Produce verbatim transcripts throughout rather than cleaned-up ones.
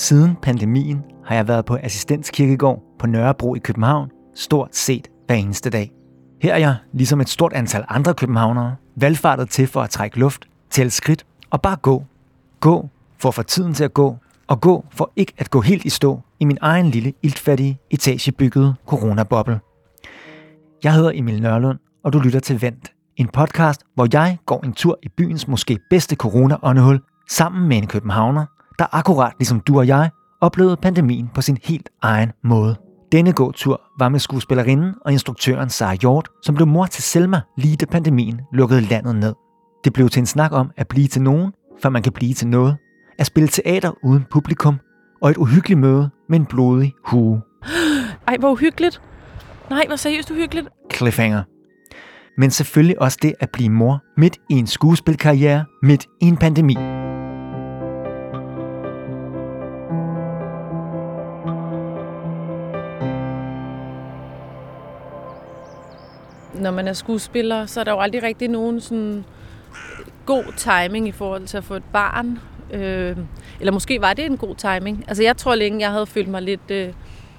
Siden pandemien har jeg været på Assistenskirkegård på Nørrebro i København stort set hver eneste dag. Her er jeg, ligesom et stort antal andre københavnere, valgfartet til for at trække luft, tælle skridt og bare gå. Gå for at få tiden til at gå, og gå for ikke at gå helt i stå i min egen lille iltfattige, etagebyggede coronaboble. Jeg hedder Emil Nørlund, og du lytter til Vent, en podcast, hvor jeg går en tur i byens måske bedste corona-åndehul sammen med en københavner, der akkurat ligesom du og jeg oplevede pandemien på sin helt egen måde. Denne gåtur var med skuespillerinden og instruktøren Sarah Hjort, som blev mor til Selma lige da pandemien lukkede landet ned. Det blev til en snak om at blive til nogen, før man kan blive til noget, at spille teater uden publikum og et uhyggeligt møde med en blodig hue. Ej, hvor uhyggeligt. Nej, hvor seriøst uhyggeligt. Cliffhanger. Men selvfølgelig også det at blive mor midt i en skuespilkarriere, midt i en pandemi. Når man er skuespiller, så er der jo aldrig rigtig nogen sådan god timing i forhold til at få et barn. Øh, eller måske var det en god timing. Altså jeg tror længe, jeg havde følt mig lidt øh,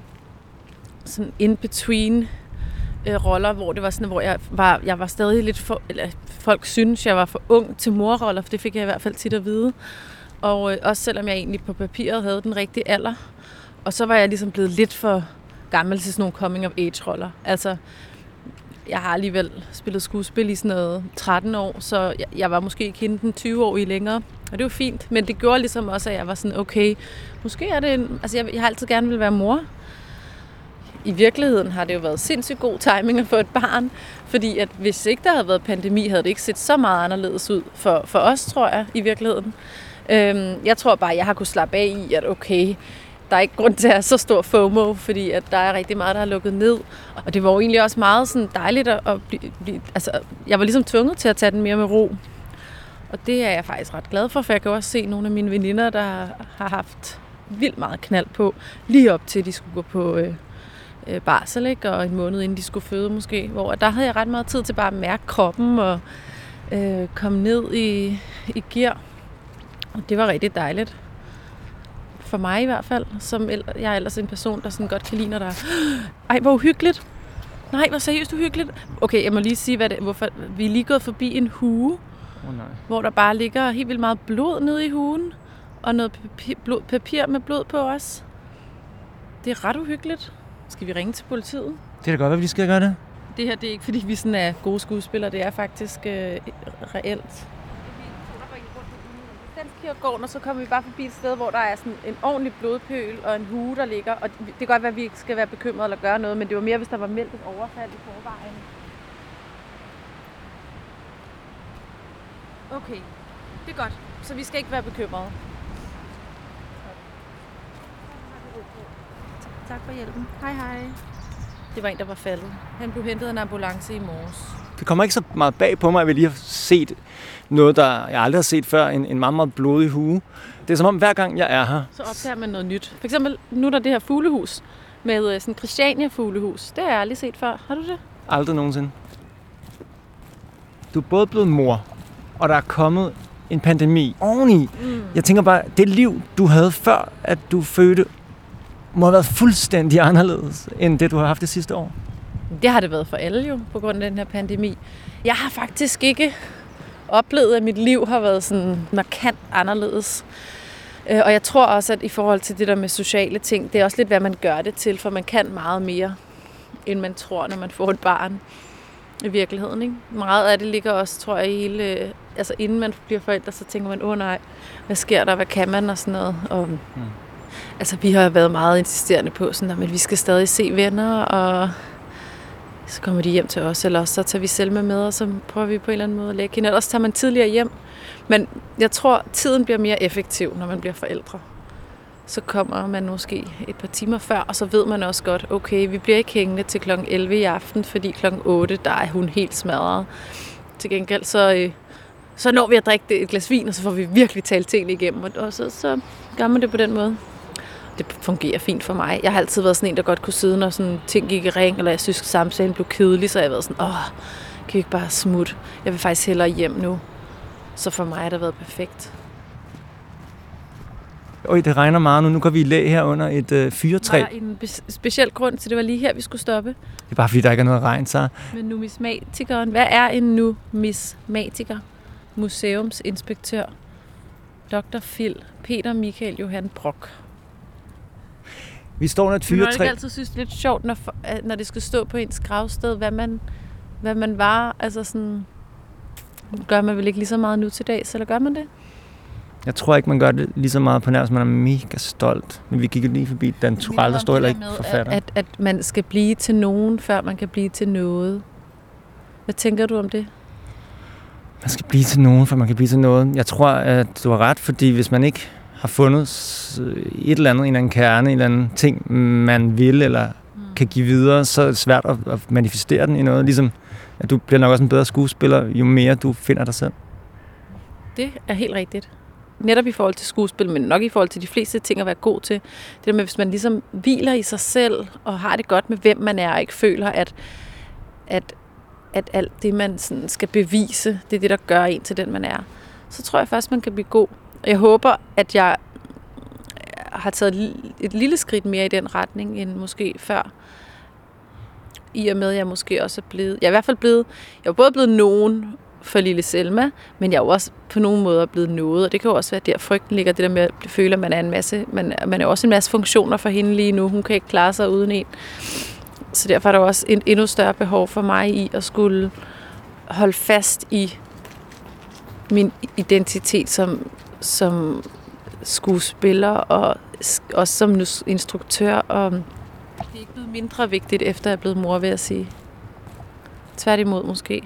sådan in between øh, roller, hvor det var sådan, hvor jeg var, jeg var stadig lidt for, eller folk synes, jeg var for ung til morroller, for det fik jeg i hvert fald tit at vide. Og øh, også selvom jeg egentlig på papiret havde den rigtige alder. Og så var jeg ligesom blevet lidt for gammel til sådan nogle coming of age roller. Altså jeg har alligevel spillet skuespil i sådan noget tretten år, så jeg, jeg var måske ikke hende den tyve år i længere. Og det var fint, men det gjorde ligesom også, at jeg var sådan, okay, måske er det en... Altså jeg, jeg har altid gerne vil være mor. I virkeligheden har det jo været sindssygt god timing at få et barn, fordi at hvis ikke der havde været pandemi, havde det ikke set så meget anderledes ud for, for os, tror jeg, i virkeligheden. Øhm, jeg tror bare, at jeg har kunnet slappe af i, at okay, der er ikke grund til at have så stor FOMO, fordi at der er rigtig meget, der har lukket ned. Og det var jo egentlig også meget sådan dejligt at, at blive, blive... Altså, jeg var ligesom tvunget til at tage den mere med ro. Og det er jeg faktisk ret glad for, for jeg kan også se nogle af mine veninder, der har haft vildt meget knald på, lige op til, de skulle gå på øh, øh, barsel, ikke? Og en måned inden de skulle føde måske. Hvor der havde jeg ret meget tid til bare at mærke kroppen og øh, komme ned i, i gear. Og det var rigtig dejligt. For mig i hvert fald, som jeg er ellers en person, der sådan godt kan lide, når der er, ej, hvor uhyggeligt. Nej, hvor seriøst uhyggeligt. Okay, jeg må lige sige, hvad det, hvorfor vi er lige gået forbi en hue, oh, nej. Hvor der bare ligger helt vildt meget blod nede i huen, og noget papir, blod, papir med blod på os. Det er ret uhyggeligt. Skal vi ringe til politiet? Det er da godt, at vi skal gøre det. Det her, det er ikke, fordi vi sådan er gode skuespillere, det er faktisk øh, reelt. Kirkegården, og så kommer vi bare forbi et sted, hvor der er sådan en ordentlig blodpøl og en hue, der ligger. Og det kan godt være, at vi ikke skal være bekymrede eller gøre noget, men det var mere, hvis der var meldt et overfald i forvejen. Okay, det er godt. Så vi skal ikke være bekymrede. Tak for hjælpen. Hej hej. Det var en, der var faldet. Han blev hentet af en ambulance i morges. Det kommer ikke så meget bag på mig, at vi lige har set noget, der jeg aldrig har set før, en, en meget, meget blodig hue. Det er som om, hver gang jeg er her... Så opdager man noget nyt. For eksempel, nu er der det her fuglehus med sådan Christiania-fuglehus. Det har jeg aldrig set før. Har du det? Aldrig nogensinde. Du er både blevet mor, og der er kommet en pandemi oveni. Mm. Jeg tænker bare, det liv, du havde før, at du fødte, må have været fuldstændig anderledes, end det, du har haft det sidste år. Det har det været for alle jo, på grund af den her pandemi. Jeg har faktisk ikke oplevet, at mit liv har været sådan markant anderledes. Og jeg tror også, at i forhold til det der med sociale ting, det er også lidt, hvad man gør det til, for man kan meget mere, end man tror, når man får et barn i virkeligheden. Ikke? Meget af det ligger også, tror jeg, i hele... Altså inden man bliver forældre, så tænker man, åh oh, nej, hvad sker der, hvad kan man og sådan noget. Og, mm. Altså vi har været meget insisterende på, sådan, at vi skal stadig se venner, og så kommer de hjem til os, eller også så tager vi selv med, og så prøver vi på en eller anden måde at lægge hende. Ellers tager man tidligere hjem. Men jeg tror, tiden bliver mere effektiv, når man bliver forældre. Så kommer man måske et par timer før, og så ved man også godt, okay, vi bliver ikke hængende til klokken elleve i aften, fordi klokken otte, der er hun helt smadret. Til gengæld, så, øh, så når vi at drikke et glas vin, og så får vi virkelig talt tingene igennem, og så, så gør man det på den måde. Det fungerer fint for mig. Jeg har altid været sådan en, der godt kunne sidde, når sådan ting gik i ring, eller jeg synes, samtalen blev kedelig, så jeg har været sådan, åh, kan vi ikke bare smutte? Jeg vil faktisk hellere hjem nu. Så for mig har det været perfekt. Øj, det regner meget nu. Nu går vi i læ her under et øh, fyretræ. Der er en be- speciel grund til, det var lige her, vi skulle stoppe. Det er bare fordi, der ikke er noget regn, så... Men numismatikeren. Hvad er en numismatiker? Museumsinspektør. doktor Phil. Peter Michael Johan Brock. Vi står under et fyretræ. Men jeg ikke altid synes, det er lidt sjovt, når, når det skal stå på ens gravsted, hvad man, hvad man var. Altså sådan... Gør man vel ikke lige så meget nu til dags, eller gør man det? Jeg tror ikke, man gør det lige så meget på nærmest. Man er mega stolt. Men vi gik jo lige forbi Dan Turell, der står heller ikke forfatter. At, at, at man skal blive til nogen, før man kan blive til noget. Hvad tænker du om det? Man skal blive til nogen, før man kan blive til noget. Jeg tror, at du har ret, fordi hvis man ikke har fundet et eller andet, en eller anden kerne, en eller anden ting, man vil eller mm. kan give videre, så er det svært at, at manifestere den i noget. Ligesom, at du bliver nok også en bedre skuespiller, jo mere du finder dig selv. Det er helt rigtigt. Netop i forhold til skuespil, men nok i forhold til de fleste ting at være god til. Det der med, hvis man ligesom hviler i sig selv, og har det godt med, hvem man er, og ikke føler, at, at, at alt det, man sådan skal bevise, det er det, der gør en til den, man er. Så tror jeg faktisk, man kan blive god. Og jeg håber, at jeg har taget et lille skridt mere i den retning, end måske før. I og med, at jeg måske også er blevet... Jeg er i hvert fald blevet... Jeg er både blevet nogen for lille Selma, men jeg er jo også på nogle måder blevet noget, og det kan jo også være der, frygten ligger, det der med at føle, at man er en masse... Man, man er også en masse funktioner for hende lige nu. Hun kan ikke klare sig uden en. Så derfor er der også en endnu større behov for mig i at skulle holde fast i min identitet som, som skuespiller og også som instruktør, og det er ikke blevet mindre vigtigt, efter jeg er blevet mor, vil jeg sige. Tværtimod måske.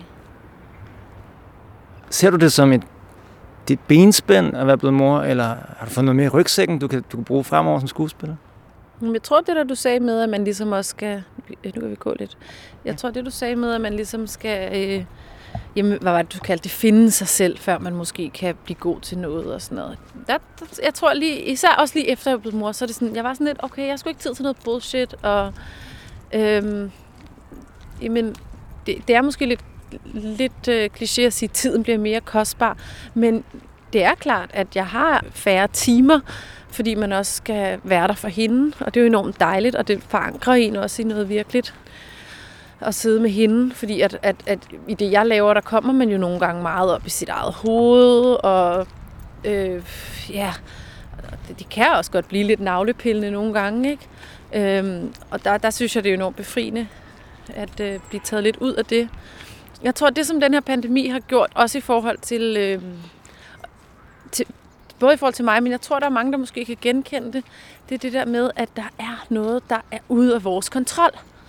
Ser du det som et dit benspænd at være blevet mor, eller har du fået noget mere i rygsækken, du kan, du kan bruge fremover som skuespiller? Jeg tror, det der du sagde med, at man ligesom også skal... Nu kan vi gå lidt. Jeg tror, det du sagde med, at man ligesom skal... Øh, jamen, hvad var det, du kaldte det? Finde sig selv, før man måske kan blive god til noget og sådan noget. Der, der, jeg tror lige, især også lige efter jeg blev mor, så er det sådan, jeg var sådan lidt, okay, jeg skulle ikke tid til noget bullshit, og øhm, jamen, det, det er måske lidt, lidt øh, kliché at sige, at tiden bliver mere kostbar, men det er klart, at jeg har færre timer, fordi man også skal være der for hende, og det er jo enormt dejligt, og det forankrer en også i noget virkeligt. At sidde med hende, fordi at, at, at i det, jeg laver, der kommer man jo nogle gange meget op i sit eget hoved, og øh, ja, det kan også godt blive lidt navlepillende nogle gange, ikke? Øhm, og der, der synes jeg, det er enormt befriende at øh, blive taget lidt ud af det. Jeg tror, det som den her pandemi har gjort, også i forhold til, øh, til både i forhold til mig, men jeg tror, der er mange, der måske kan genkende det, det er det der med, at der er noget, der er ude af vores kontrol.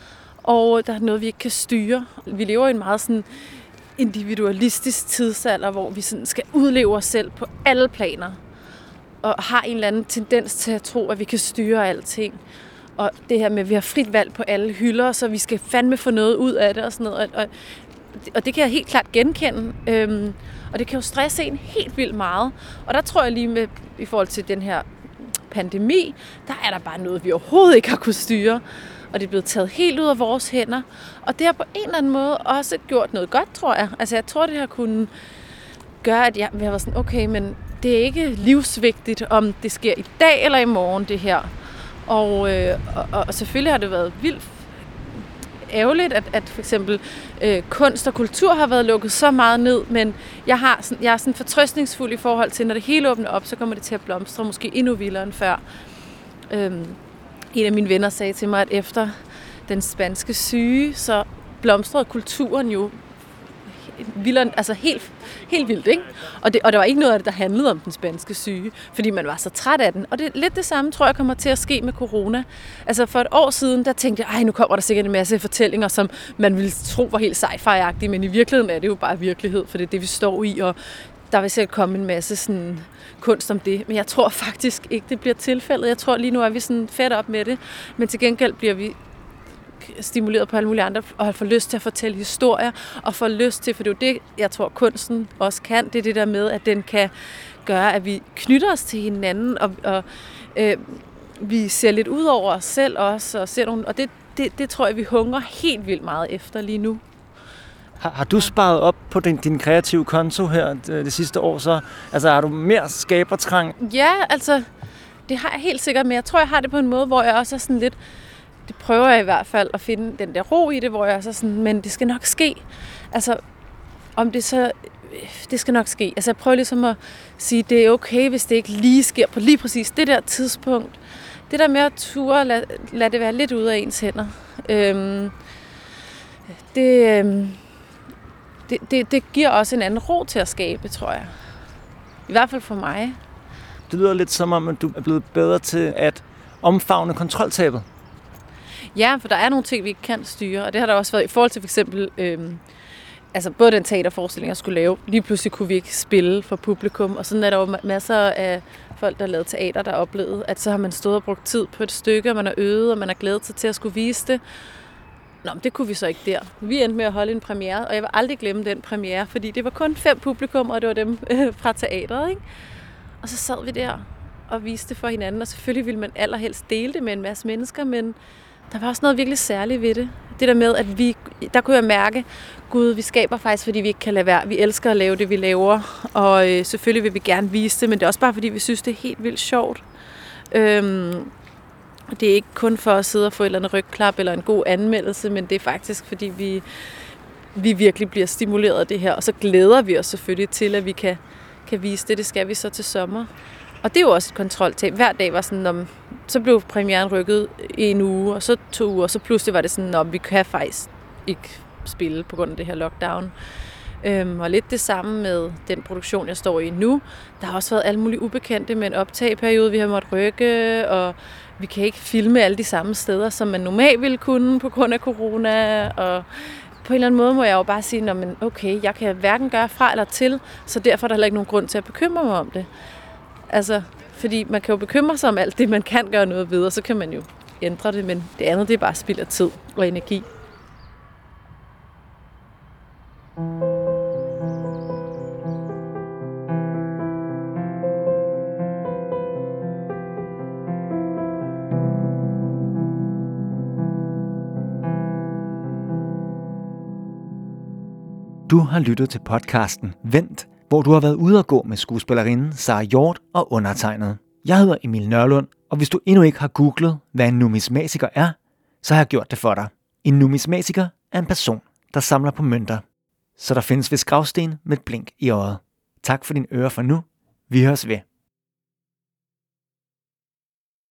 Og der er noget, vi ikke kan styre. Vi lever i en meget sådan individualistisk tidsalder, hvor vi sådan skal udleve os selv på alle planer. Og har en eller anden tendens til at tro, at vi kan styre alting. Og det her med, at vi har frit valg på alle hylder, så vi skal fandme få noget ud af det og sådan noget. Og, og det kan jeg helt klart genkende. Øhm, og det kan jo stresse en helt vildt meget. Og der tror jeg lige med, i forhold til den her pandemi, der er der bare noget, vi overhovedet ikke har kunnet styre. Og det er blevet taget helt ud af vores hænder. Og det har på en eller anden måde også gjort noget godt, tror jeg. Altså jeg tror, det har kunnet gøre, at jeg vil have været sådan, okay, men det er ikke livsvigtigt, om det sker i dag eller i morgen, det her. Og, øh, og, og selvfølgelig har det været vildt ærgerligt, at, at for eksempel øh, kunst og kultur har været lukket så meget ned, men jeg, har sådan, jeg er sådan fortrøstningsfuld i forhold til, når det hele åbner op, så kommer det til at blomstre, måske endnu vildere end før. Øhm, En af mine venner sagde til mig, at efter den spanske syge, så blomstrede kulturen jo vildere, altså helt, helt vildt, ikke? Og, det, og der var ikke noget af det, der handlede om den spanske syge, fordi man var så træt af den. Og det er lidt det samme, tror jeg, kommer til at ske med corona. Altså for et år siden, der tænkte jeg, ej, nu kommer der sikkert en masse fortællinger, som man ville tro var helt sci-fi-agtige, men i virkeligheden er det jo bare virkelighed, for det er det, vi står i, og der vil sikkert komme en masse sådan kunst om det, men jeg tror faktisk ikke, det bliver tilfældet. Jeg tror lige nu er vi sådan fedt op med det, men til gengæld bliver vi stimuleret på alle mulige andre, og får lyst til at fortælle historier, og får lyst til, for det er jo det, jeg tror, kunsten også kan, det er det der med, at den kan gøre, at vi knytter os til hinanden, og, og øh, vi ser lidt ud over os selv også, og, ser nogle, og det, det, det tror jeg, vi hungrer helt vildt meget efter lige nu. Har, har du sparet op på din, din kreative konto her det, det sidste år så? Altså har du mere skabertrang? Ja, altså Det har jeg helt sikkert, men jeg tror, jeg har det på en måde, hvor jeg også er sådan lidt... Det prøver jeg i hvert fald at finde den der ro i det, hvor jeg er så sådan, men det skal nok ske. Altså, om det så... Det skal nok ske. Altså, jeg prøver ligesom at sige, det er okay, hvis det ikke lige sker på lige præcis det der tidspunkt. Det der med at ture, lad, lad det være lidt ude af ens hænder. Øhm, det, øhm, det, det, det giver også en anden ro til at skabe, tror jeg. I hvert fald for mig. Det lyder lidt som om, at du er blevet bedre til at omfavne kontroltabet. Ja, for der er nogle ting, vi ikke kan styre, og det har der også været i forhold til for eksempel, øhm, altså både den teaterforestilling, jeg skulle lave, lige pludselig kunne vi ikke spille for publikum, og sådan er der jo masser af folk, der har lavet teater, der oplevede, at så har man stået og brugt tid på et stykke, og man har øvet, og man har glædet sig til at skulle vise det. Nå, men det kunne vi så ikke der. Vi endte med at holde en premiere, og jeg vil aldrig glemme den premiere, fordi det var kun fem publikum, og det var dem øh, fra teateret, ikke? Og så sad vi der og viste det for hinanden, og selvfølgelig ville man allerhelst dele det med en masse mennesker, men der var også noget virkelig særligt ved det. Det der med, at vi, der kunne jeg mærke, Gud, vi skaber faktisk, fordi vi ikke kan lade være. Vi elsker at lave det, vi laver, og øh, selvfølgelig vil vi gerne vise det, men det er også bare, fordi vi synes, det er helt vildt sjovt. Øhm, det er ikke kun for at sidde og få et eller andet rygklap eller en god anmeldelse, men det er faktisk, fordi vi, vi virkelig bliver stimuleret af det her, og så glæder vi os selvfølgelig til, at vi kan, kan vise det. Det skal vi så til sommer. Og det er jo også et kontroltab. Hver dag var sådan, om, så blev premieren rykket en uge, og så to uger, og så pludselig var det sådan, om vi kan faktisk ikke spille på grund af det her lockdown. Øhm, og lidt det samme med den produktion, jeg står i nu. Der har også været alle mulige ubekendte med en optageperiode, vi har måttet rykke, og vi kan ikke filme alle de samme steder, som man normalt ville kunne på grund af corona. Og på en eller anden måde må jeg jo bare sige, men okay, jeg kan hverken gøre fra eller til, så derfor er der heller ikke nogen grund til at bekymre mig om det. Altså, fordi man kan jo bekymre sig om alt det, man kan gøre noget ved, og så kan man jo ændre det, men det andet, det er bare spild af tid og energi. Du har lyttet til podcasten Vent, hvor du har været ude at gå med skuespillerinden Sara Hjort og undertegnet. Jeg hedder Emil Nørlund, og hvis du endnu ikke har googlet, hvad en numismatiker er, så har jeg gjort det for dig. En numismatiker er en person, der samler på mønter. Så der findes vist gravsten med et blink i øjet. Tak for din øre for nu. Vi høres ved.